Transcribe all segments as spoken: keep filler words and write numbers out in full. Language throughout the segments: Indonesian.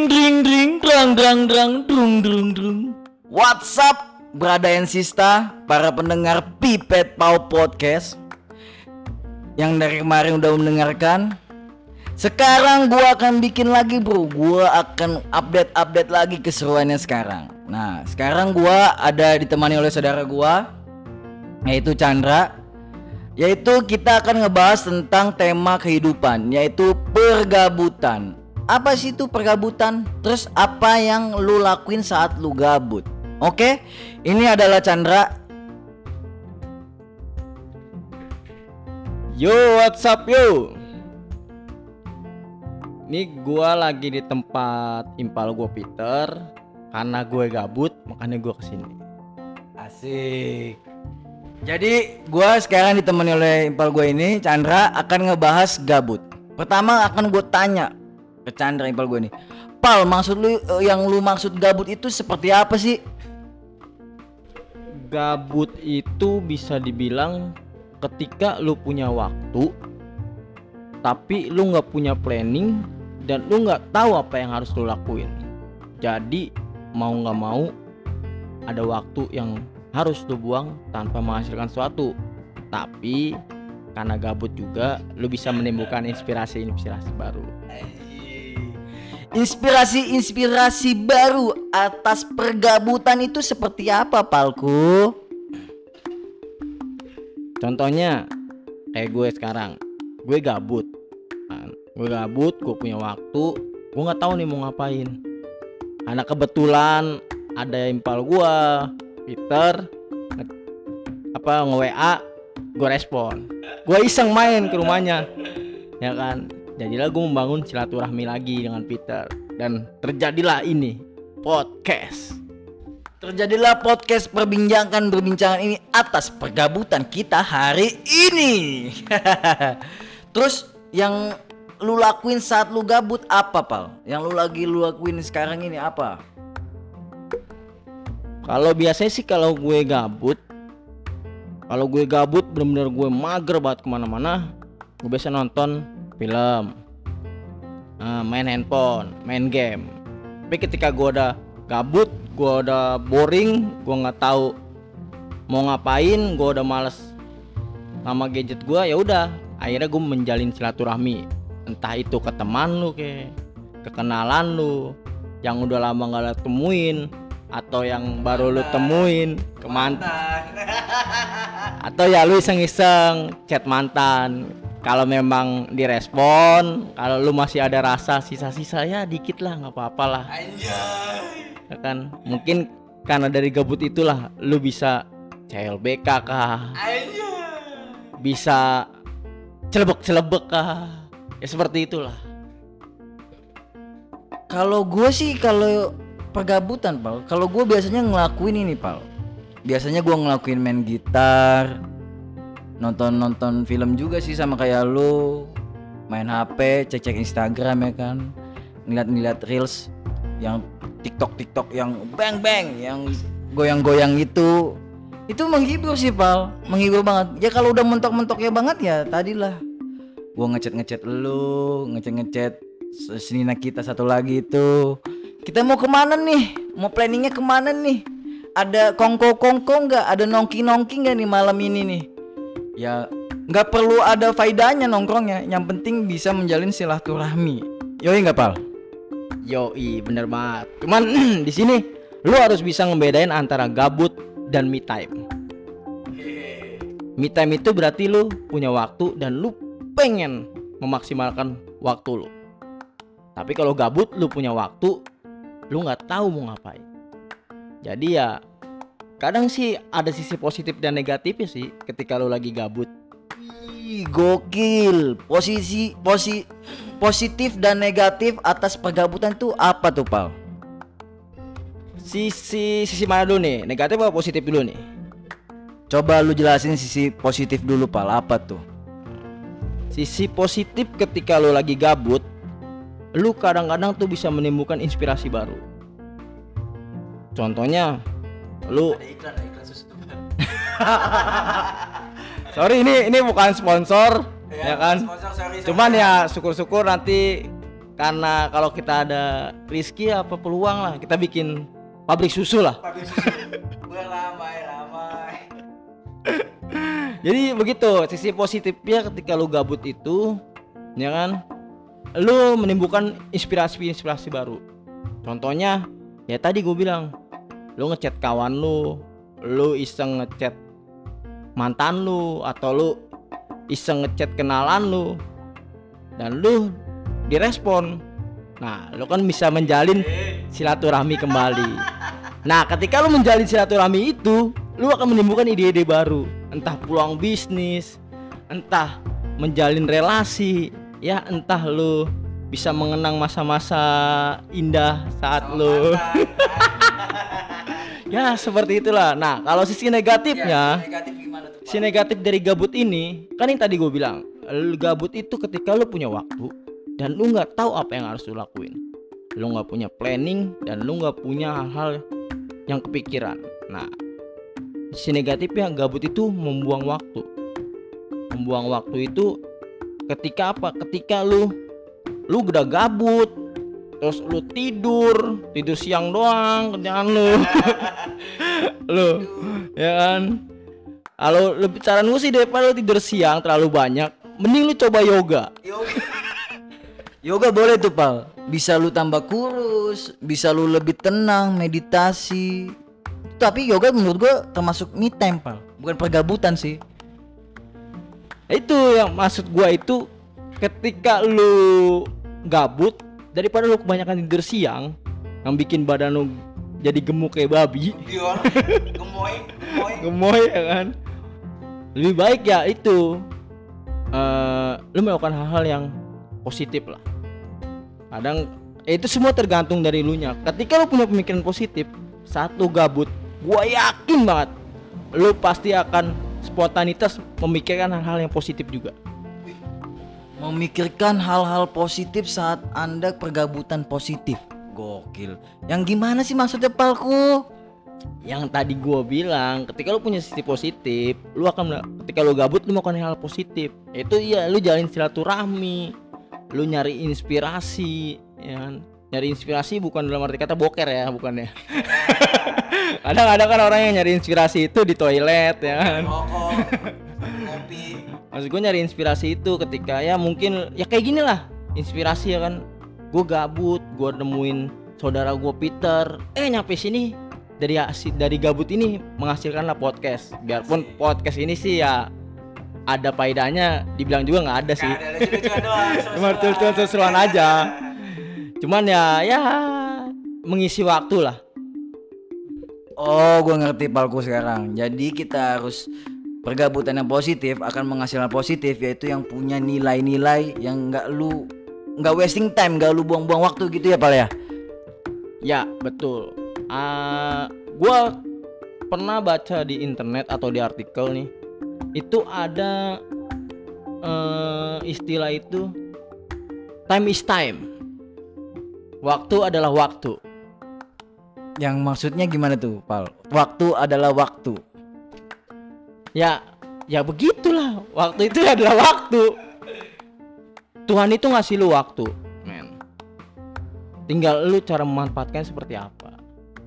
Dring dring dring drang drang drang drung drung drung. What's up, brada and sista, para pendengar Pipet Pau Podcast yang dari kemarin udah mendengarkan. Sekarang gua akan bikin lagi, bro. Gua akan update-update lagi keseruannya sekarang. Nah, sekarang gua ada ditemani oleh saudara gua, yaitu Chandra. Yaitu kita akan ngebahas tentang tema kehidupan, yaitu pergabutan. Apa sih itu pergabutan? Terus apa yang lu lakuin saat lu gabut? Oke, ini adalah Chandra. Yo, what's up yo? Ini gua lagi di tempat impal gua Peter. Karena gue gabut, makanya gua kesini. Asik. Jadi gua sekarang ditemani oleh impal gue ini, Chandra, akan ngebahas gabut. Pertama akan gue tanya ke Chandra impal gue nih, Pal, maksud lu yang lu maksud gabut itu seperti apa sih? Gabut itu bisa dibilang ketika lu punya waktu tapi lu nggak punya planning dan lu nggak tahu apa yang harus lu lakuin. Jadi mau nggak mau ada waktu yang harus lu buang tanpa menghasilkan sesuatu. Tapi karena gabut juga lu bisa menimbulkan inspirasi-inspirasi baru. Inspirasi-inspirasi baru atas pergabutan itu seperti apa, Palku? Contohnya kayak gue sekarang, gue gabut, nah, gue gabut, gue punya waktu, gue nggak tahu nih mau ngapain. Karena kebetulan ada impal gue, Peter, apa nge-W A, gue respon, gue iseng main ke rumahnya, ya kan. Jadilah gue membangun silaturahmi lagi dengan Peter. Dan terjadilah ini podcast. Terjadilah podcast perbincangan berbincangan ini atas pergabutan kita hari ini. Terus yang lu lakuin saat lu gabut apa, Pal? Yang lu lagi lu lakuin sekarang ini apa? Kalau biasanya sih kalau gue gabut, kalau gue gabut bener-bener gue mager banget kemana-mana, gue biasa nonton film, uh, main handphone, main game. Tapi ketika gue udah gabut, gue udah boring, gue nggak tahu mau ngapain, gue udah males sama gadget gue, ya udah akhirnya gue menjalin silaturahmi, entah itu ke teman lu, ke kekenalan lu yang udah lama nggak lu temuin, atau yang baru lu temuin ke mantan, atau ya lu iseng-iseng chat mantan. Kalau memang direspon, kalau lu masih ada rasa sisa-sisa ya dikit lah, nggak apa-apa lah. Anjay. Ya kan, mungkin karena dari gabut itulah lu bisa C L B K kah? Anjay. Bisa celebek-celebek kah? Ya seperti itulah. Kalau gue sih kalau pergabutan, Pal, kalau gue biasanya ngelakuin ini, Pal. Biasanya gue ngelakuin main gitar, nonton-nonton film juga sih sama kayak lu, main H P, cek-cek Instagram ya kan, ngeliat-ngeliat reels yang TikTok-TikTok yang bang-bang, yang goyang-goyang gitu. Itu menghibur sih, Pal, menghibur banget. Ya kalau udah mentok-mentoknya banget ya tadilah gua ngechat-ngechat lu, ngechat-ngechat senina kita satu lagi itu. Kita mau kemana nih? Mau planningnya kemana nih? Ada kongko-kongko nggak? Ada nongki-nongki nggak nih malam ini nih? Ya nggak perlu ada faedahnya nongkrongnya, yang penting bisa menjalin silaturahmi. Yoi nggak, Pal? Yoi, bener banget. Cuman di sini lu harus bisa ngebedain antara gabut dan me time. Me time itu berarti lu punya waktu dan lu pengen memaksimalkan waktu lu. Tapi kalau gabut lu punya waktu, lu nggak tahu mau ngapain. Jadi ya kadang sih ada sisi positif dan negatifnya sih ketika lu lagi gabut. Ih, gokil. Posisi posi, positif dan negatif atas pergabutan tuh apa tuh, Pal? Sisi sisi mana dulu nih? Negatif atau positif dulu nih? Coba lu jelasin sisi positif dulu, Pal. Apa tuh? Sisi positif ketika lu lagi gabut, lu kadang-kadang tuh bisa menimbulkan inspirasi baru. Contohnya lu ada iklan, ada iklan susu tuh. Sorry, ini ini bukan sponsor, ya, ya kan. Sponsor, sorry, sorry. Cuman ya syukur-syukur nanti karena kalau kita ada rezeki apa peluang lah kita bikin pabrik susu lah. Pabrik susu. Beramai-ramai. Jadi begitu sisi positifnya ketika lu gabut itu, ya kan? Lu menimbulkan inspirasi-inspirasi baru. Contohnya ya tadi gue bilang, lu ngechat kawan lu, lu iseng ngechat mantan lu, atau lu iseng ngechat kenalan lu, dan lu direspon. Nah, lu kan bisa menjalin silaturahmi kembali. Nah, ketika lu menjalin silaturahmi itu, lu akan menimbulkan ide-ide baru, entah peluang bisnis, entah menjalin relasi, ya entah lu bisa mengenang masa-masa indah saat sama lu ya seperti itulah. Nah, kalau sisi negatifnya, ya, sisi negatif gimana tuh, Pak? Sisi negatif dari gabut ini, kan yang tadi gue bilang, gabut itu ketika lu punya waktu dan lu nggak tahu apa yang harus lu lakuin, lu nggak punya planning dan lu nggak punya hal-hal yang kepikiran. Nah, sisi negatifnya gabut itu membuang waktu. Membuang waktu itu ketika apa? Ketika lu lu udah gabut, terus lu tidur, tidur siang doang kerjaan lu. Lu, ya kan? Kalau lebih saran gue sih daripada lu tidur siang terlalu banyak, mending lu coba yoga. Yoga. Yoga boleh tuh, Pal. Bisa lu tambah kurus, bisa lu lebih tenang, meditasi. Tapi yoga menurut gua termasuk me time, Pal. Bukan pergabutan sih. Itu yang maksud gua itu, ketika lu gabut, daripada lu kebanyakan tidur siang yang bikin badan lu jadi gemuk kayak babi. Gemoy, gemoy. Gemoy ya kan. Lebih baik ya itu uh, lu melakukan hal-hal yang positif lah. Kadang eh, itu semua tergantung dari lu nya. Ketika lu punya pemikiran positif, saat lu gabut, gua yakin banget lu pasti akan spontanitas memikirkan hal-hal yang positif juga. Memikirkan hal-hal positif saat Anda pergabutan positif. Gokil. Yang gimana sih maksudnya, Palku? Yang tadi gua bilang, ketika lu punya sisi positif, lu akan, ketika lu gabut lu melakukan hal positif. Itu iya, lu jalin silaturahmi, lu nyari inspirasi, ya kan? Nyari inspirasi bukan dalam arti kata boker ya, bukan ya. Kadang-kadang kan orang yang nyari inspirasi itu di toilet, ya kan. Kopi. Maksud gue nyari inspirasi itu ketika ya mungkin ya kayak gini lah, inspirasi ya kan. Gue gabut, gue nemuin saudara gue Peter, eh nyampe sini dari dari gabut ini menghasilkanlah podcast. Biarpun podcast ini sih ya ada faedahnya, dibilang juga nggak ada sih. Cuma tuh seruan aja. Cuman ya ya mengisi waktu lah. Oh, gue ngerti, Palku, sekarang. Jadi kita harus pergabutan yang positif akan menghasilkan positif, yaitu yang punya nilai-nilai yang nggak lu nggak wasting time, nggak lu buang-buang waktu gitu ya, Pal ya. Ya betul. Uh, gue pernah baca di internet atau di artikel nih, itu ada uh, istilah itu time is time. Waktu adalah waktu. Yang maksudnya gimana tuh, Pal? Waktu adalah waktu. Ya, ya begitulah. Waktu itu adalah waktu. Tuhan itu ngasih lu waktu, men. Tinggal lu cara memanfaatkan seperti apa.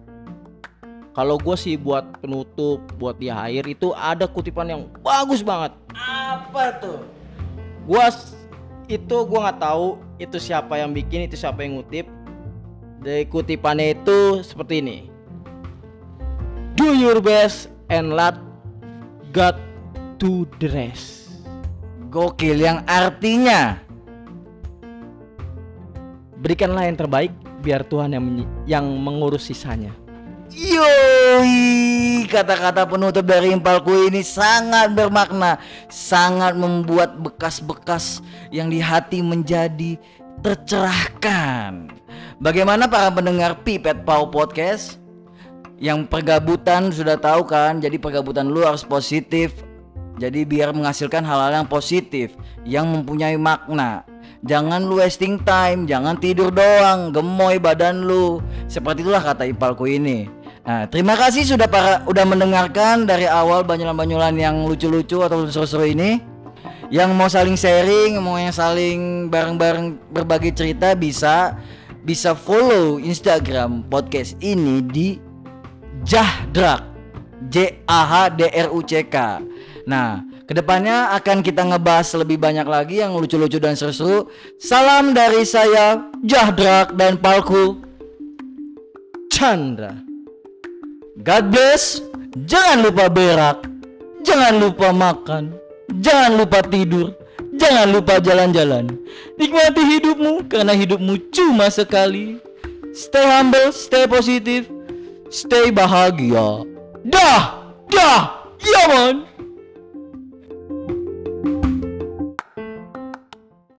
Kalau gue sih buat penutup, buat di akhir itu ada kutipan yang bagus banget. Apa tuh? Gua itu gua nggak tahu itu siapa yang bikin, itu siapa yang ngutip. Dari kutipannya itu seperti ini. Do your best and let God do the rest. Gokil, yang artinya berikanlah yang terbaik, biar Tuhan yang menyi- yang mengurus sisanya. Yoi, kata-kata penutup dari Impalku ini sangat bermakna, sangat membuat bekas-bekas yang di hati menjadi tercerahkan. Bagaimana para pendengar Pipet Pau Podcast? Yang pergabutan sudah tahu kan, jadi pergabutan lu harus positif. Jadi biar menghasilkan hal-hal yang positif, yang mempunyai makna. Jangan lu wasting time, jangan tidur doang, gemoy badan lu. Seperti itulah kata Impalku ini. Nah, terima kasih sudah para udah mendengarkan dari awal banyolan-banyolan yang lucu-lucu atau seru-seru ini. Yang mau saling sharing, mau yang saling bareng-bareng berbagi cerita bisa bisa follow Instagram podcast ini di Jahdrak, J A H D R U C K. Nah, kedepannya akan kita ngebahas lebih banyak lagi yang lucu-lucu dan seru-seru. Salam dari saya Jahdrak dan Palku Chandra. God bless. Jangan lupa berak, jangan lupa makan, jangan lupa tidur, jangan lupa jalan-jalan. Nikmati hidupmu karena hidupmu cuma sekali. Stay humble, stay positif, stay bahagia. Dah, dah, ya man.